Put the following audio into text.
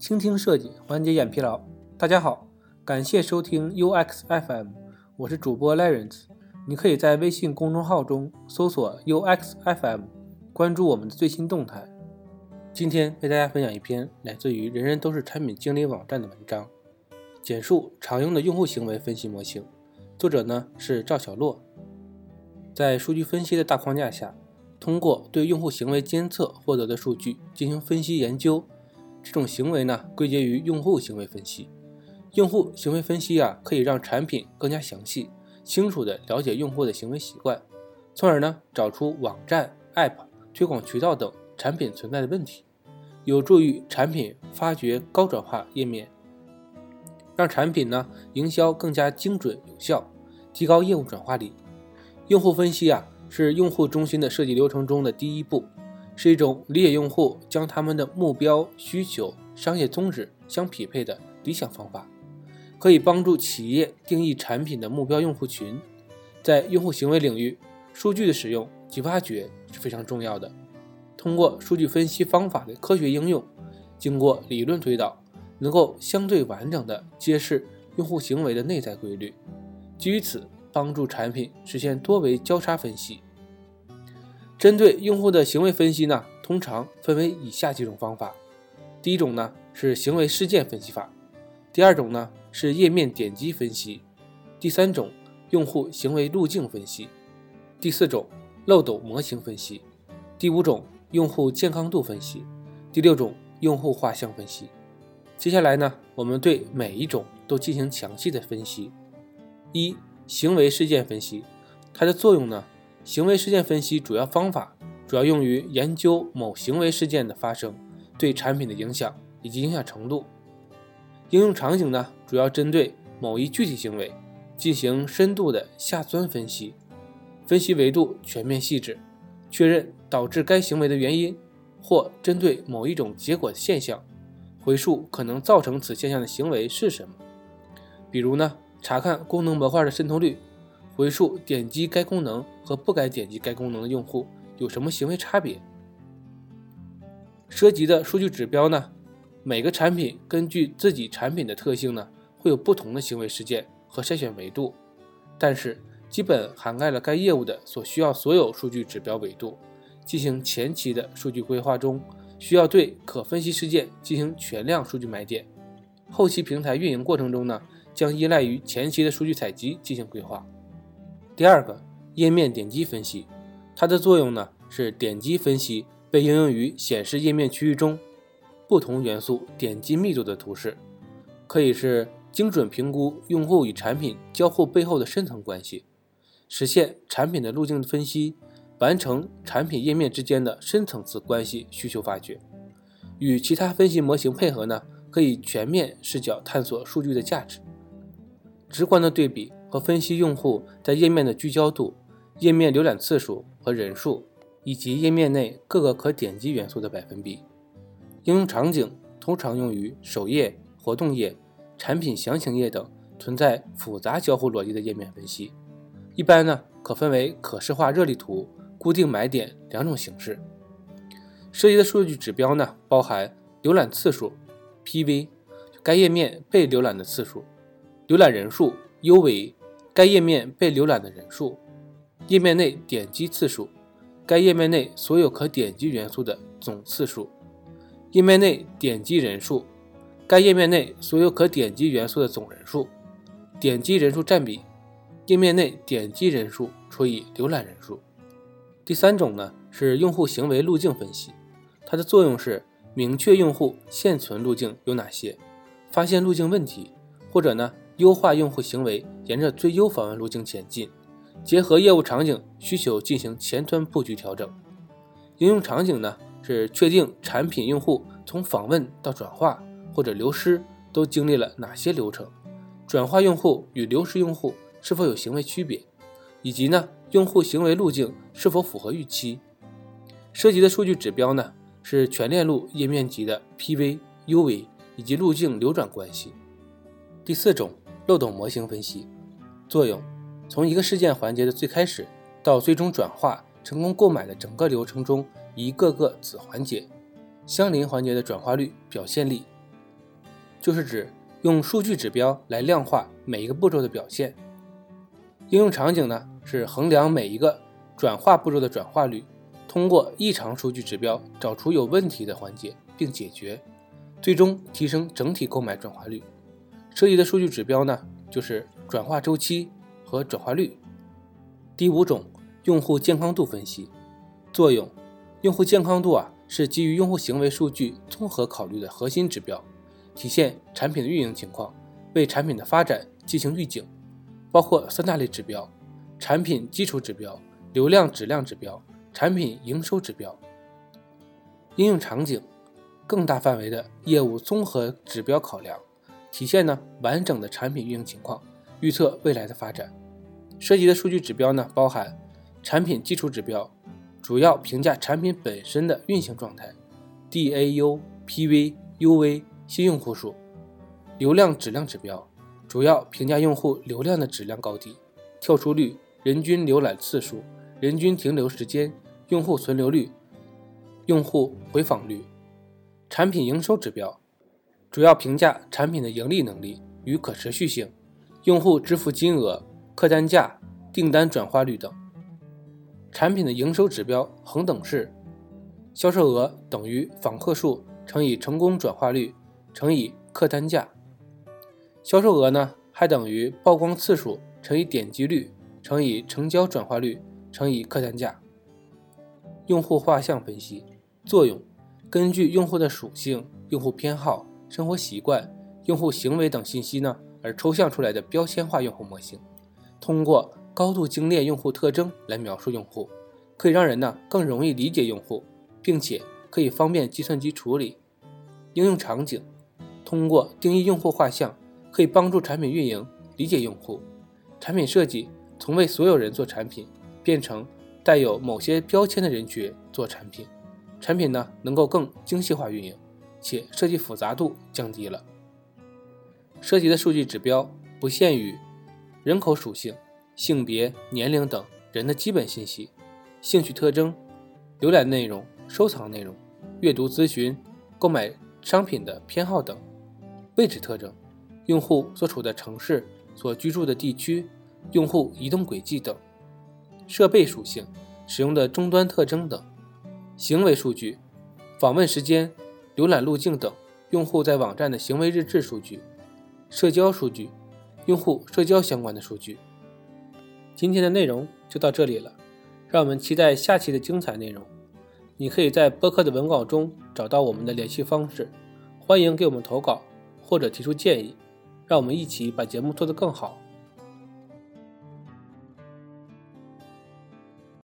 倾听设计，缓解眼疲劳。大家好，感谢收听 UX FM， 我是主播 Lawrence。你可以在微信公众号中搜索 UX FM， 关注我们的最新动态。今天为大家分享一篇来自于人人都是产品经理网站的文章，简述常用的用户行为分析模型。作者呢是赵小洛。在数据分析的大框架下，通过对用户行为监测获得的数据进行分析研究，这种行为呢归结于用户行为分析。用户行为分析可以让产品更加详细、清楚地了解用户的行为习惯，从而呢找出网站、App、推广渠道等产品存在的问题，有助于产品发掘高转化页面，让产品呢营销更加精准有效，提高业务转化率。用户分析是用户中心的设计流程中的第一步，是一种理解用户将他们的目标、需求、商业宗旨相匹配的理想方法，可以帮助企业定义产品的目标用户群。在用户行为领域，数据的使用及挖掘是非常重要的。通过数据分析方法的科学应用，经过理论推导，能够相对完整地揭示用户行为的内在规律，基于此帮助产品实现多维交叉分析。针对用户的行为分析呢，通常分为以下几种方法。第一种呢是行为事件分析法，第二种呢是页面点击分析，第三种用户行为路径分析，第四种漏斗模型分析，第五种用户健康度分析，第六种用户画像分析。接下来呢，我们对每一种都进行详细的分析。一、行为事件分析，它的作用呢，行为事件分析主要用于研究某行为事件的发生对产品的影响以及影响程度。应用场景呢，主要针对某一具体行为进行深度的下钻分析，分析维度全面细致，确认导致该行为的原因，或针对某一种结果现象，回溯可能造成此现象的行为是什么。比如呢，查看功能模块的渗透率，回溯点击该功能和不该点击该功能的用户有什么行为差别。涉及的数据指标呢，每个产品根据自己产品的特性呢，会有不同的行为事件和筛选维度，但是基本涵盖了该业务的所需要所有数据指标维度。进行前期的数据规划中，需要对可分析事件进行全量数据买点，后期平台运营过程中呢，将依赖于前期的数据采集进行规划。第二个，页面点击分析，它的作用呢是点击分析被应用于显示页面区域中不同元素点击密度的图示，可以是精准评估用户与产品交互背后的深层关系，实现产品的路径分析，完成产品页面之间的深层次关系需求发掘。与其他分析模型配合呢，可以全面视角探索数据的价值，直观的对比和分析用户在页面的聚焦度、页面浏览次数和人数，以及页面内各个可点击元素的百分比。应用场景通常用于首页、活动页、产品详情页等存在复杂交互逻辑的页面分析。一般呢，可分为可视化热力图、固定买点两种形式。涉及的数据指标呢，包含浏览次数 PV， 该页面被浏览的次数；浏览人数 UV， 该页面被浏览的人数；页面内点击次数，该页面内所有可点击元素的总次数；页面内点击人数，该页面内所有可点击元素的总人数；点击人数占比，页面内点击人数除以浏览人数。第三种呢是用户行为路径分析，它的作用是明确用户现存路径有哪些，发现路径问题，或者呢优化用户行为，沿着最优访问路径前进，结合业务场景需求进行前端布局调整。应用场景呢是确定产品用户从访问到转化或者流失都经历了哪些流程，转化用户与流失用户是否有行为区别，以及呢用户行为路径是否符合预期。涉及的数据指标呢是全链路页面级的 PV、UV 以及路径流转关系。第四种，漏斗模型分析，作用从一个事件环节的最开始到最终转化成功购买的整个流程中一个个子环节，相邻环节的转化率、表现力， 就是指用数据指标来量化每一个步骤的表现。应用场景呢，是衡量每一个转化步骤的转化率，通过异常数据指标找出有问题的环节并解决，最终提升整体购买转化率。涉及的数据指标呢，就是转化周期和转化率。第5种，用户健康度分析。作用：用户健康度是基于用户行为数据综合考虑的核心指标，体现产品的运营情况，为产品的发展进行预警，包括3大类指标：产品基础指标、流量质量指标、产品营收指标。应用场景：更大范围的业务综合指标考量，体现完整的产品运营情况，预测未来的发展。涉及的数据指标包含产品基础指标，主要评价产品本身的运行状态 DAU、PV、UV 新用户数；流量质量指标，主要评价用户流量的质量高低，跳出率、人均浏览次数、人均停留时间、用户存留率、用户回访率；产品营收指标，主要评价产品的盈利能力与可持续性、用户支付金额、客单价、订单转化率等。产品的营收指标恒等式，销售额等于访客数乘以成功转化率乘以客单价。销售额还等于曝光次数乘以点击率乘以成交转化率乘以客单价。用户画像分析。作用：根据用户的属性、用户偏好、生活习惯、用户行为等信息而抽象出来的标签化用户模型，通过高度精炼用户特征来描述用户，可以让人更容易理解用户，并且可以方便计算机处理。应用场景：通过定义用户画像，可以帮助产品运营理解用户。产品设计从为所有人做产品，变成带有某些标签的人群做产品，产品能够更精细化运营，且设计复杂度降低了。涉及的数据指标不限于人口属性、性别、年龄等人的基本信息、兴趣特征、浏览内容、收藏内容、阅读咨询、购买商品的偏好等；位置特征，用户所处的城市、所居住的地区、用户移动轨迹等；设备属性，使用的终端特征等；行为数据，访问时间、浏览路径等用户在网站的行为日志数据；社交数据，用户社交相关的数据。今天的内容就到这里了，让我们期待下期的精彩内容。你可以在播客的文稿中找到我们的联系方式，欢迎给我们投稿或者提出建议，让我们一起把节目做得更好。